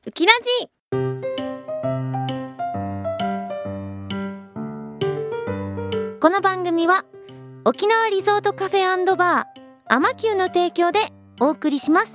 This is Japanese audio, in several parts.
ウキラジ。この番組は沖縄リゾートカフェ&バーアマキューの提供でお送りします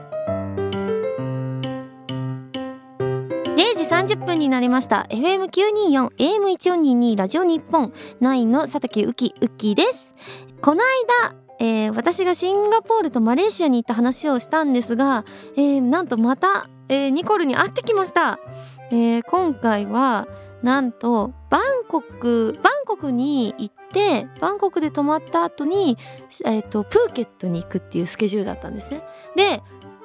。0時30分になりました。 FM924 AM1422 ラジオ日本9の佐竹ウキです。この間、私がシンガポールとマレーシアに行った話をしたんですが、なんとまた、ニコルに会ってきました。今回はなんとバンコクに行って、バンコクで泊まった後に、プーケットに行くっていうスケジュールだったんですね。で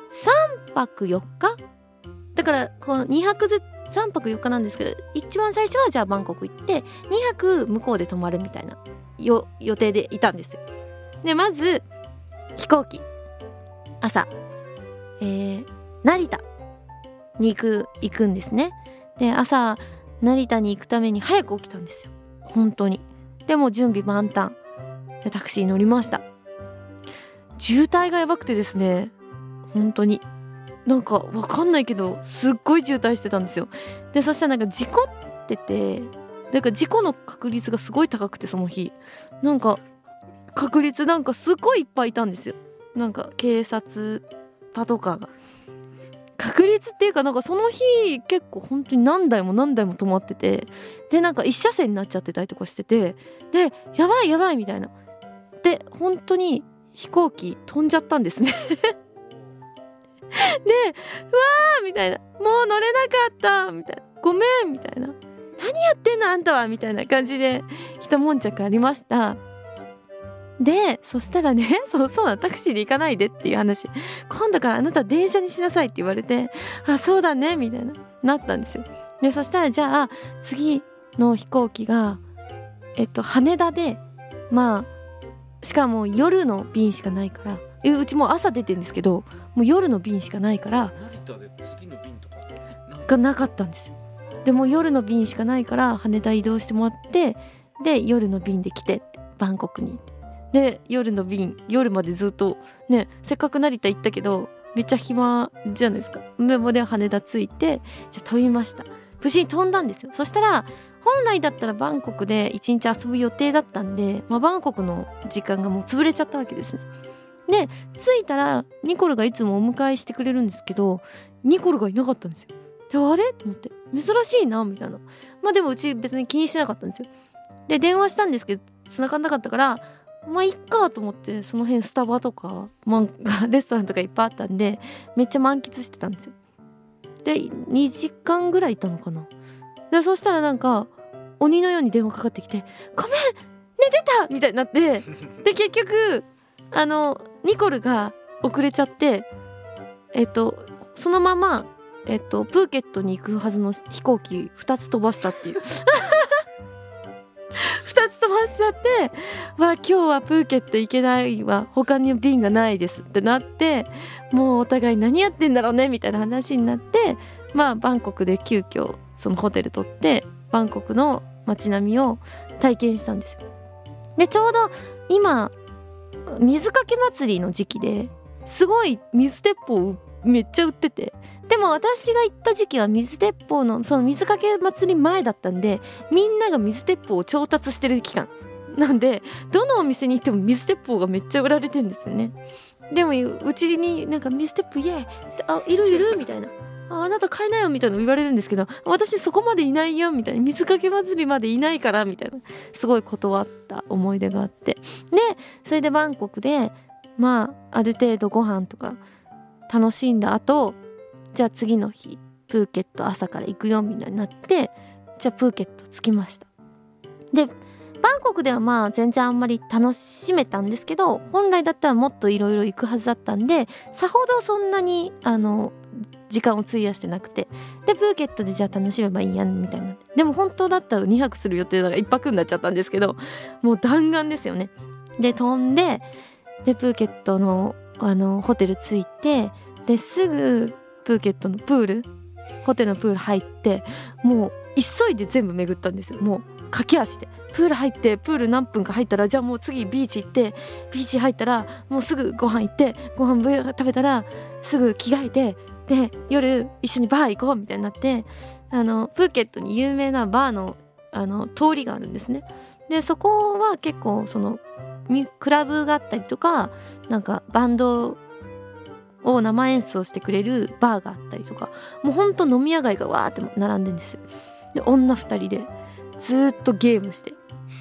3泊4日だからこの2泊ずつ3泊4日なんですけど、一番最初はじゃあバンコク行って2泊向こうで泊まるみたいな予定でいたんですよ。でまず飛行機朝、成田に行くんですね。で朝成田に行くために早く起きたんですよ、本当に。でも準備万端でタクシーに乗りました。渋滞がやばくてですね、本当になんかわかんないけどすっごい渋滞してたんですよ。でそしたらなんか事故ってて、なんか事故の確率がすごい高くて、その日なんか確率なんかすごいいっぱいいたんですよ。なんか警察パトカーが、確率っていうかなんかその日結構本当に何台も止まってて、でなんか一車線になっちゃってたりとかしてて、でやばいみたいな。で本当に飛行機飛んじゃったんですねでうわーみたいな、もう乗れなかったみたいな、ごめんみたいな、何やってんのあんたはみたいな感じで一悶着ありました。でそしたらね、そうな、タクシーで行かないでっていう話、今度からあなた電車にしなさいって言われて、あそうだねみたいなったんですよ。でそしたらじゃあ次の飛行機が羽田で、まあしかも夜の便しかないから、うちもう朝出てるんですけど、もう夜の便しかないから成田で次の便とかがなかったんですよ。でも夜の便しかないから羽田移動してもらって、で夜の便で来てバンコクに行って、で夜の便、夜までずっとね、せっかく成田行ったけどめっちゃ暇じゃないですか。でも羽田着いて、じゃあ飛びました。無事に飛んだんですよ。そしたら本来だったらバンコクで1日遊ぶ予定だったんで、バンコクの時間がもう潰れちゃったわけですね。で着いたらニコルがいつもお迎えしてくれるんですけど、ニコルがいなかったんですよ。であれと思って、珍しいなみたいな。でもうち別に気にしてなかったんですよ。で電話したんですけど繋がんなかったから、いっかと思って、その辺スタバとか、レストランとかいっぱいあったんでめっちゃ満喫してたんですよ。で2時間ぐらいいたのかな。でそしたらなんか鬼のように電話かかってきて、ごめん寝てたみたいになって、で結局ニコルが遅れちゃって、そのままプーケットに行くはずの飛行機2つ飛ばしたっていう2つ飛ばしちゃって、今日はプーケット行けないわ、他に便がないですってなって、もうお互い何やってんだろうねみたいな話になって、バンコクで急遽そのホテル取ってバンコクの街並みを体験したんですよ。でちょうど今水かけ祭りの時期ですごい水鉄砲めっちゃ売ってて、でも私が行った時期は水鉄砲のその水かけ祭り前だったんで、みんなが水鉄砲を調達してる期間なんで、どのお店に行っても水鉄砲がめっちゃ売られてるんですよね。でもうちになんか水鉄砲イエーイ、あいるみたいな、あなた買えないよみたいなの言われるんですけど、私そこまでいないよみたいな、水かけ祭りまでいないからみたいな、すごい断った思い出があって、でそれでバンコクである程度ご飯とか楽しんだ後、じゃあ次の日プーケット朝から行くよみたいになって、じゃあプーケット着きました。でバンコクでは全然あんまり楽しめたんですけど、本来だったらもっといろいろ行くはずだったんで、さほどそんなに時間を費やしてなくて、でプーケットでじゃあ楽しめばいいやんみたいな。でも本当だったら2泊する予定だから1泊になっちゃったんですけど、もう弾丸ですよね。で飛んで、でプーケットのホテル着いて、ですぐプーケットのプール、ホテルのプール入って、もう急いで全部巡ったんですよ。もう駆け足でプール入って、プール何分か入ったら、じゃあもう次ビーチ行って、ビーチ入ったらもうすぐご飯行って、ご飯食べたらすぐ着替えて、 で夜一緒にバー行こうみたいになって、プーケットに有名なバーの通りがあるんですね。でそこは結構そのクラブがあったりとか、なんかバンドを生演奏してくれるバーがあったりとか、もうほんと飲み屋街がわーって並んでんですよ。で女2人でずーっとゲームして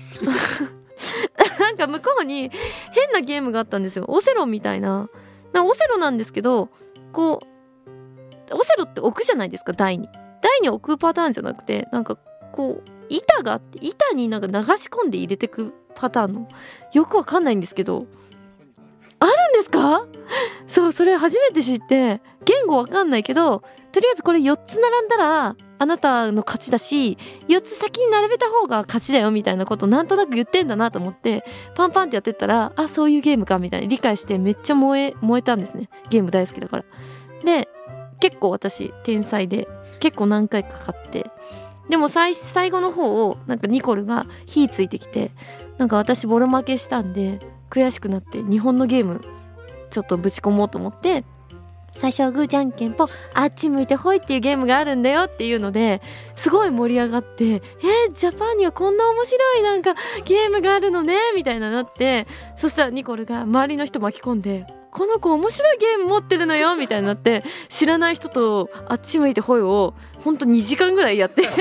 なんか向こうに変なゲームがあったんですよ。オセロみたいな、オセロなんですけど、こうオセロって置くじゃないですか。台に置くパターンじゃなくて、なんかこう板があって、板になんか流し込んで入れてくパターンの、よくわかんないんですけど、あるんですか？そう、それ初めて知って、言語わかんないけど、とりあえずこれ4つ並んだらあなたの勝ちだし、4つ先に並べた方が勝ちだよみたいなことをなんとなく言ってんだなと思って、パンパンってやってったら、あ、そういうゲームかみたいに理解して、めっちゃ燃えたんですね。ゲーム大好きだから。で結構私天才で、結構何回かかって、でも最後の方をなんかニコルが火ついてきて、なんか私ボロ負けしたんで悔しくなって、日本のゲームちょっとぶち込もうと思って、最初はグーじゃんけんぽあっち向いてほいっていうゲームがあるんだよっていうのですごい盛り上がって、ジャパンにはこんな面白いなんかゲームがあるのねみたいななって、そしたらニコルが周りの人巻き込んで、この子面白いゲーム持ってるのよみたいになって、知らない人とあっち向いてほいをほんと2時間ぐらいやって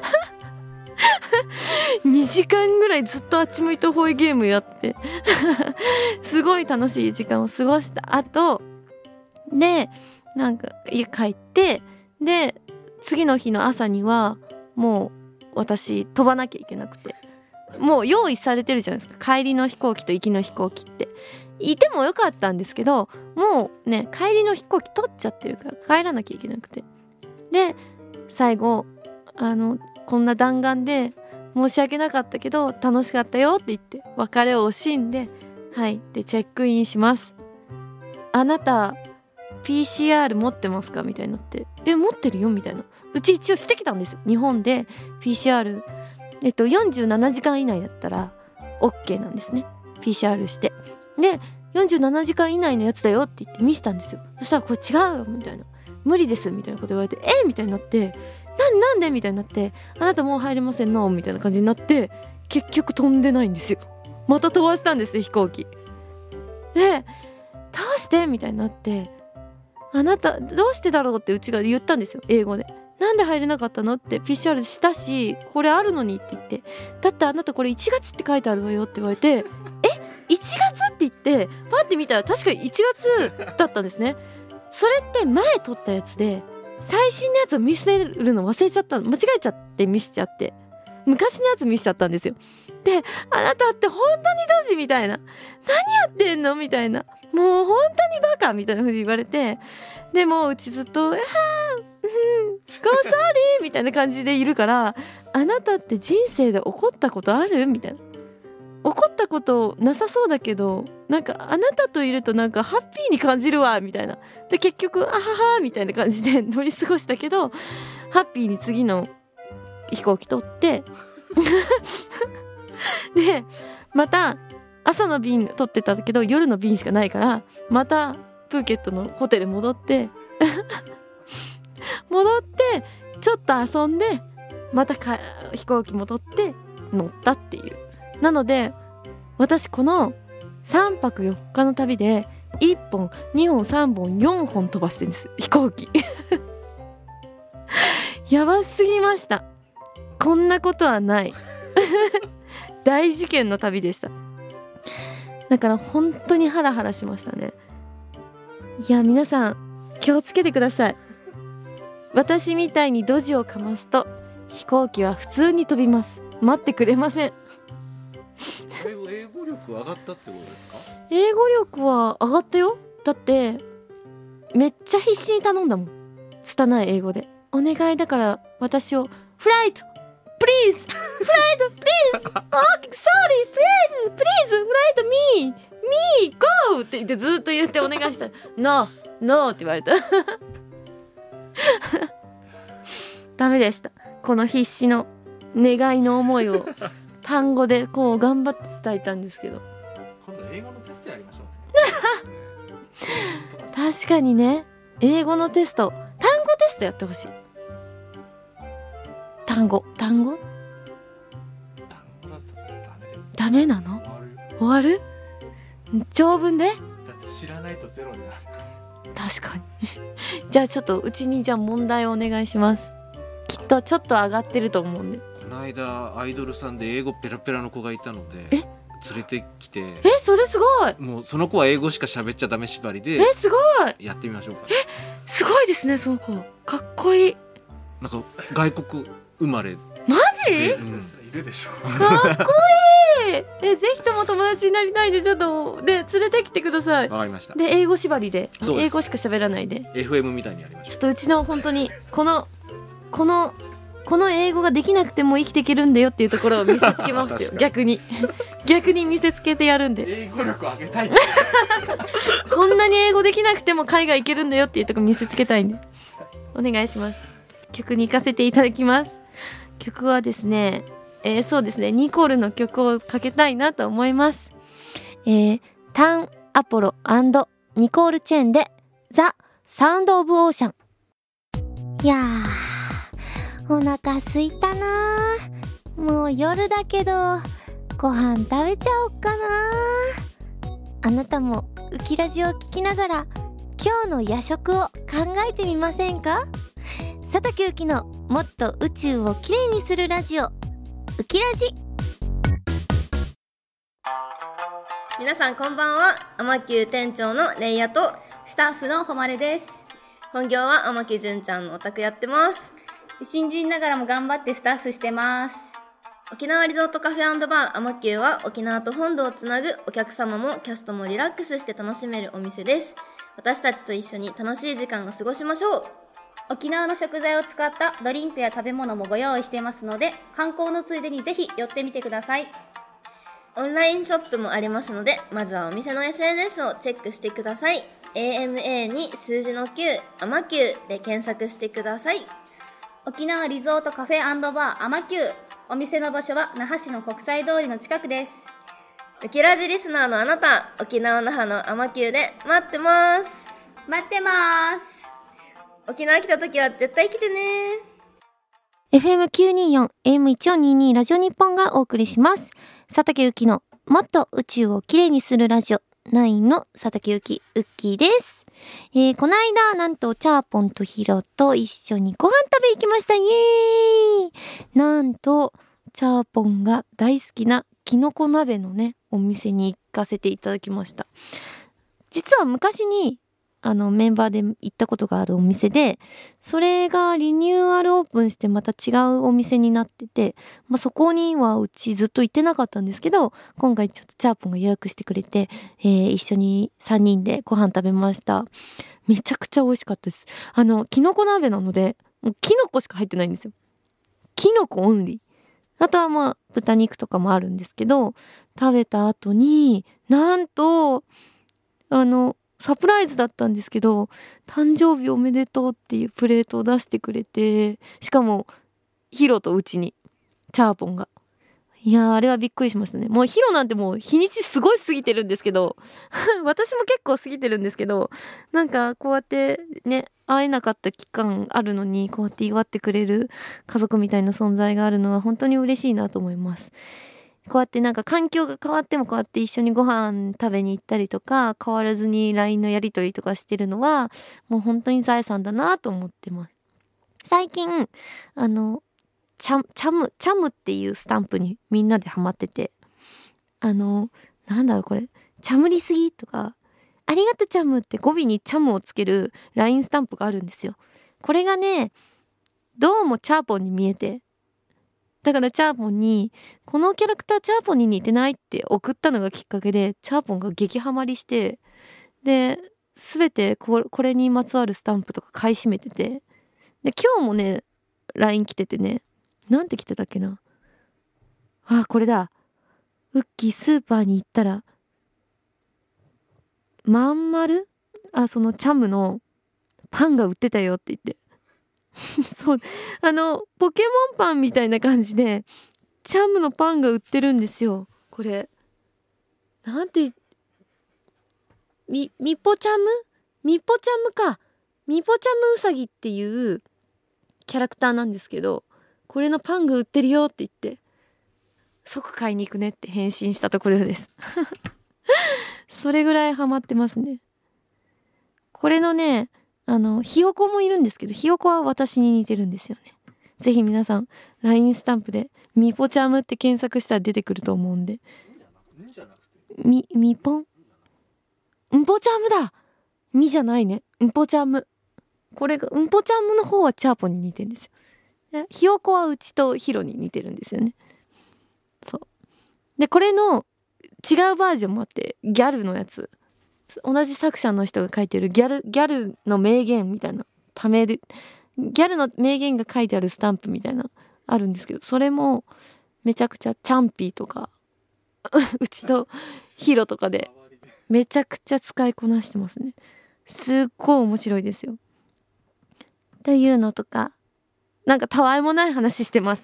2時間ぐらいずっとあっち向いてほいゲームやってすごい楽しい時間を過ごした後で、なんか家帰って、で次の日の朝にはもう私飛ばなきゃいけなくて、もう用意されてるじゃないですか。帰りの飛行機と行きの飛行機っていてもよかったんですけど、もうね帰りの飛行機取っちゃってるから帰らなきゃいけなくて、で最後こんな弾丸で申し訳なかったけど楽しかったよって言って別れを惜しんで、はいでチェックインします。あなた PCR 持ってますかみたいになって、持ってるよみたいな。うち一応してきたんですよ。日本で PCR 47時間以内だったら OK なんですね。 PCR してで47時間以内のやつだよって言って見せたんですよ。そしたらこれ違うよみたいな、無理ですみたいなこと言われて、みたいになって、なんでみたいになって、あなたもう入れませんのみたいな感じになって、結局飛んでないんですよ。また飛ばしたんですよ飛行機で、どうしてみたいになって、あなたどうしてだろうってうちが言ったんですよ、英語で。なんで入れなかったのって、 PCR したしこれあるのにって言って、だってあなたこれ1月って書いてあるわよって言われて、1月って言ってパッて見たら確かに1月だったんですね。それって前撮ったやつで、最新のやつを見せるの忘れちゃったの、間違えちゃって見せちゃって、昔のやつ見せちゃったんですよ。で、あなたって本当にドジみたいな、何やってんのみたいな、もう本当にバカみたいな風に言われて、でもうちずっとゴーソーリーみたいな感じでいるから、あなたって人生で怒ったことあるみたいな、怒ったことなさそうだけど、なんかあなたといるとなんかハッピーに感じるわみたいな。で結局あははみたいな感じで乗り過ごしたけど、ハッピーに次の飛行機取ってでまた朝の便取ってたけど夜の便しかないから、またプーケットのホテル戻ってちょっと遊んで、また飛行機戻って乗ったっていう。なので私この3泊4日の旅で1本2本3本4本飛ばしてるんです、飛行機やばすぎました。こんなことはない大事件の旅でした。だから本当にハラハラしましたね。いや皆さん気をつけてください。私みたいにドジをかますと飛行機は普通に飛びます。待ってくれません。 英語力上がったってことですか？ 英語力は上がったよ。だってめっちゃ必死に頼んだもん、拙い英語で。お願いだから私をフライトプリーズフライトプリーズオーケーソーリープリーズフライトミーゴーって言ってずっと言ってお願いしたらノーって言われたダメでした。この必死の願いの思いを単語でこう頑張って伝えたんですけど、 今度英語のテストやりましょうね確かにね、 英語のテスト、単語テストやってほしい。単語だとダメだよ。 ダメなの？終わる？長文で？ だって知らないとゼロになる。 確かにじゃあちょっとうちにじゃあ問題をお願いします。きっとちょっと上がってると思うんで。 この間アイドルさんで英語ペラペラの子がいたので連れてきて、 それすごい。 もうその子は英語しか喋っちゃダメ縛りで、 すごい。 やってみましょうか。 すごいですね、その子。かっこいい。 なんか外国生まれマジ？ で、 いるでしょ。 かっこいい。ぜひとも友達になりたいんで、ちょっとで連れてきてください。 わかりました。 で英語縛りで、 そうです英語しか喋らないで FM みたいにやりましょちょっとうちの本当にこの英語ができなくても生きていけるんだよっていうところを見せつけますよ逆に見せつけてやるんで、 英語力上げたいって。 こんなに英語できなくても海外行けるんだよっていうところ見せつけたいんでお願いします。曲に行かせていただきます。曲はですね、そうですね、ニコルの曲をかけたいなと思います。タン・アポロ&ニコール・チェンでザ・サウンド・オブ・オーシャン。いやー、お腹すいたなー。もう夜だけどご飯食べちゃおっかなー。あなたもウキラジを聞きながら今日の夜食を考えてみませんか？佐竹うきのもっと宇宙をきれいにするラジオ、ウキラジ。 皆さんこんばんは。アマキュー店長のレイヤとスタッフの誉れです。 本業はアマキュー純ちゃんのお宅やってます。 新人ながらも頑張ってスタッフしてます。 沖縄リゾートカフェ&バーアマキューは沖縄と本土をつなぐお客様もキャストもリラックスして楽しめるお店です。私たちと一緒に楽しい時間を過ごしましょう。 沖縄の食材を使ったドリンクや食べ物もご用意していますので、観光のついでにぜひ寄ってみてください。 オンラインショップもありますので、まずはお店の SNS をチェックしてください。AMA に数字の9、アマキューで検索してください。 沖縄リゾートカフェ&バーアマキュー。お店の場所は那覇市の国際通りの近くです。 ウキラジリスナーのあなた、沖縄那覇のアマキューで待ってます。 待ってます。 沖縄来た時は絶対来てね。 FM924 AM1422 ラジオ日本がお送りします。佐竹うきのもっと宇宙をきれいにするラジオ9の佐竹うきウッキーです。この間なんとチャーポンとヒロと一緒にご飯食べ行きました。イエーイ。なんとチャーポンが大好きなキノコ鍋のねお店に行かせていただきました。実は昔にメンバーで行ったことがあるお店で、それがリニューアルオープンしてまた違うお店になってて、そこにはうちずっと行ってなかったんですけど、今回ちょっとチャーポンが予約してくれて、一緒に3人でご飯食べました。めちゃくちゃ美味しかったです。キノコ鍋なのでもうキノコしか入ってないんですよ。キノコオンリー。あとは豚肉とかもあるんですけど、食べた後になんとサプライズだったんですけど、誕生日おめでとうっていうプレートを出してくれて、しかもヒロとうちにチャーポンが、いやーあれはびっくりしましたね。もうヒロなんてもう日にちすごい過ぎてるんですけど私も結構過ぎてるんですけど、なんかこうやってね会えなかった期間あるのにこうやって祝ってくれる家族みたいな存在があるのは本当に嬉しいなと思います。こうやってなんか環境が変わってもこうやって一緒にご飯食べに行ったりとか、変わらずに LINE のやり取りとかしてるのはもう本当に財産だなと思ってます。最近チャムっていうスタンプにみんなでハマってて、なんだろうこれ、チャムりすぎとか、ありがとうチャムって語尾にチャムをつける LINE スタンプがあるんですよ。これがねどうもチャーポンに見えて、だからチャーポンにこのキャラクターチャーポンに似てないって送ったのがきっかけで、チャーポンが激ハマりして、で全てこれにまつわるスタンプとか買い占めてて、で今日もね LINE 来ててね、なんて来てたっけなあ、これだ。ウッキースーパーに行ったらまん丸そのチャムのパンが売ってたよって言ってそう、ポケモンパンみたいな感じでチャムのパンが売ってるんですよ。これなんてミポチャムかミポチャムウサギっていうキャラクターなんですけど、これのパンが売ってるよって言って即買いに行くねって返信したところですそれぐらいハマってますね。これのね、ひよこもいるんですけど、ひよこは私に似てるんですよね。ぜひ皆さん LINE スタンプでミポチャムって検索したら出てくると思うんで。ミポンンポチャムだ。ミじゃないね、ンポチャム。これがンポチャムの方はチャーポンに似てるんですよ。でひよこはうちとヒロに似てるんですよね。そうで、これの違うバージョンもあって、ギャルのやつ、同じ作者の人が書いてるギャルの名言みたいな、貯めるギャルの名言が書いてあるスタンプみたいなあるんですけど、それもめちゃくちゃチャンピーとかうちとヒロとかでめちゃくちゃ使いこなしてますね。すっごい面白いですよ。というのとか、なんかたわいもない話してます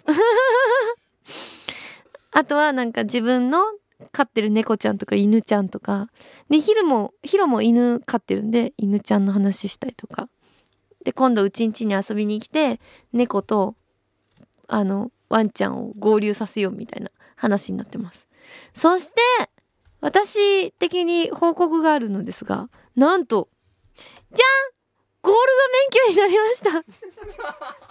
あとはなんか自分の飼ってる猫ちゃんとか犬ちゃんとかで、ヒロも犬飼ってるんで犬ちゃんの話したりとかで、今度うちんちに遊びに来て猫とワンちゃんを合流させようみたいな話になってます。そして私的に報告があるのですが、なんとじゃん、ゴールド免許になりました免許証がゴールド免許にな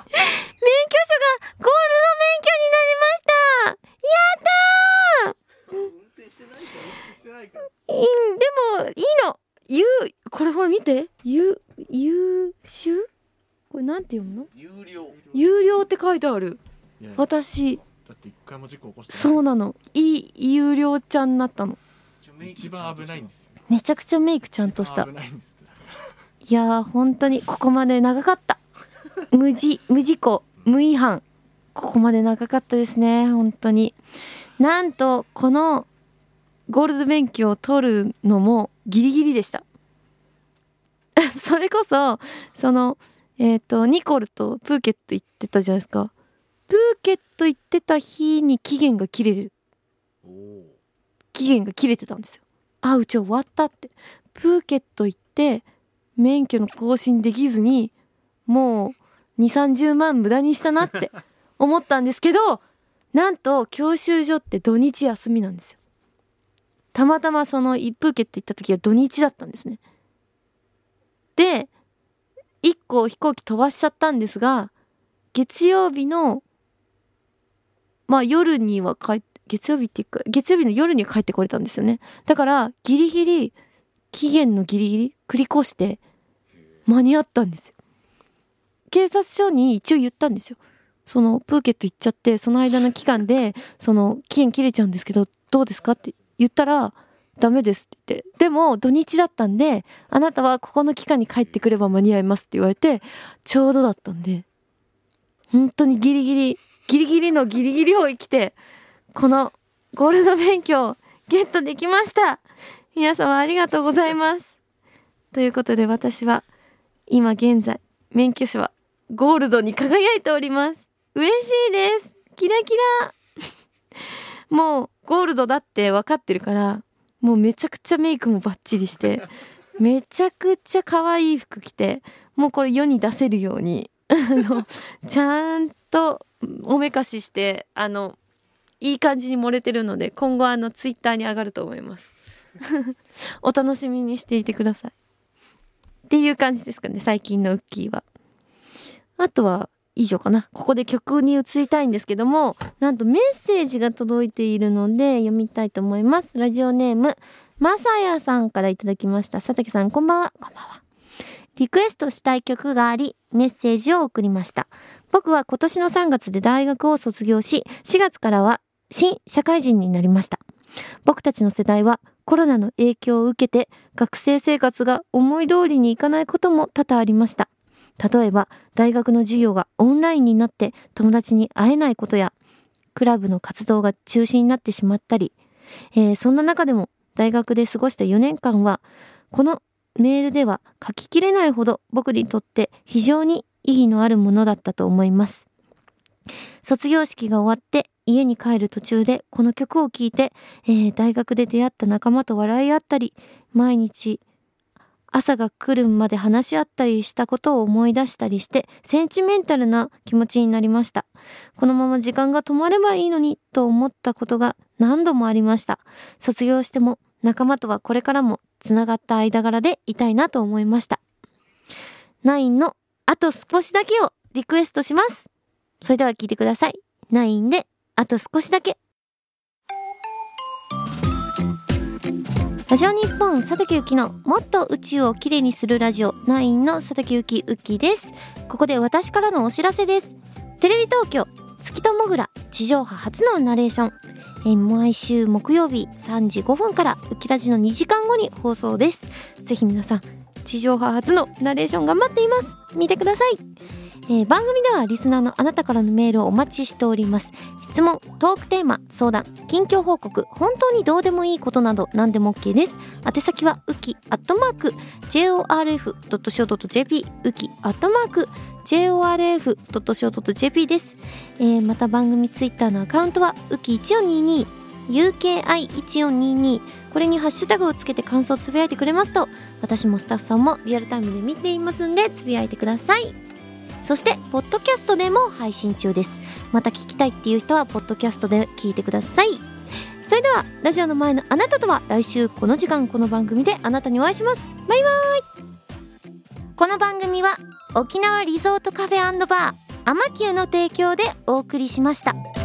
りました。やったー。 運転してないからでもいいの。これほら見て、優秀、これなんて読むの？有料って書いてある。 いや私だって一回も事故起こしてない。 そうなの、有料ちゃんになったの。 一番危ないんですよ。 めちゃくちゃメイクちゃんとした。 危ないんです。 いやー本当にここまで長かった無事故無違反、ここまで長かったですね。本当になんとこのゴールド免許を取るのもギリギリでしたそれこそニコルとプーケット行ってたじゃないですか。プーケット行ってた日に期限が切れてたんですよ。あ、うち終わったって。プーケット行って免許の更新できずにもう 2,30 万無駄にしたなって思ったんですけど、なんと教習所って土日休みなんですよ。たまたまプーケット行った時は土日だったんですね。で1個飛行機飛ばしちゃったんですが、月曜日の夜には月曜日の夜には帰ってこれたんですよね。だからギリギリ期限のギリギリ繰り越して間に合ったんですよ。警察署に一応言ったんですよ。プーケット行っちゃってその間の期間で期限切れちゃうんですけどどうですかって言ったら、ダメですって言って、でも土日だったんであなたはここの期間に帰ってくれば間に合いますって言われて、ちょうどだったんで本当にギリギリのギリギリを生きてこのゴールド免許をゲットできました。皆様ありがとうございます。ということで私は今現在免許証はゴールドに輝いております。嬉しいです。キラキラもうゴールドだって分かってるから、もうめちゃくちゃメイクもバッチリしてめちゃくちゃ可愛い服着て、もうこれ世に出せるようにちゃんとおめかししていい感じに盛れてるので、今後ツイッターに上がると思いますお楽しみにしていてくださいっていう感じですかね、最近のウッキーは。あとは以上かな。ここで曲に移りたいんですけども、なんとメッセージが届いているので読みたいと思います。ラジオネームまさやさんからいただきました。佐竹さんこんばんは。こんばんは。リクエストしたい曲がありメッセージを送りました。僕は今年の3月で大学を卒業し、4月からは新社会人になりました。僕たちの世代はコロナの影響を受けて学生生活が思い通りにいかないことも多々ありました。例えば大学の授業がオンラインになって友達に会えないことや、クラブの活動が中止になってしまったり、そんな中でも大学で過ごした4年間はこのメールでは書ききれないほど僕にとって非常に意義のあるものだったと思います。卒業式が終わって家に帰る途中でこの曲を聴いて、大学で出会った仲間と笑い合ったり、毎日朝が来るまで話し合ったりしたことを思い出したりしてセンチメンタルな気持ちになりました。このまま時間が止まればいいのにと思ったことが何度もありました。卒業しても仲間とはこれからもつながった間柄でいたいなと思いました。9のあと少しだけをリクエストします。それでは聞いてください。9であと少しだけ。ラジオ日本佐竹ゆきのもっと宇宙をきれいにするラジオ9の佐竹ゆきうきです。ここで私からのお知らせです。テレビ東京月ともぐら地上波初のナレーション、毎週木曜日3時5分からうきラジの2時間後に放送です。ぜひ皆さん地上波初のナレーション頑張っています。見てください。番組ではリスナーのあなたからのメールをお待ちしております。質問、トークテーマ、相談、近況報告、本当にどうでもいいことなど何でも OK です。宛先はうき@jorf.co.jp うき@jorf.co.jp です。また番組ツイッターのアカウントはうき1422 UKI1422 これにハッシュタグをつけて感想をつぶやいてくれますと私もスタッフさんもリアルタイムで見ていますんでつぶやいてください。そしてポッドキャストでも配信中です。また聞きたいっていう人はポッドキャストで聞いてください。それではラジオの前のあなたとは来週この時間この番組であなたにお会いします。バイバイ。この番組は沖縄リゾートカフェ&バーアマキューの提供でお送りしました。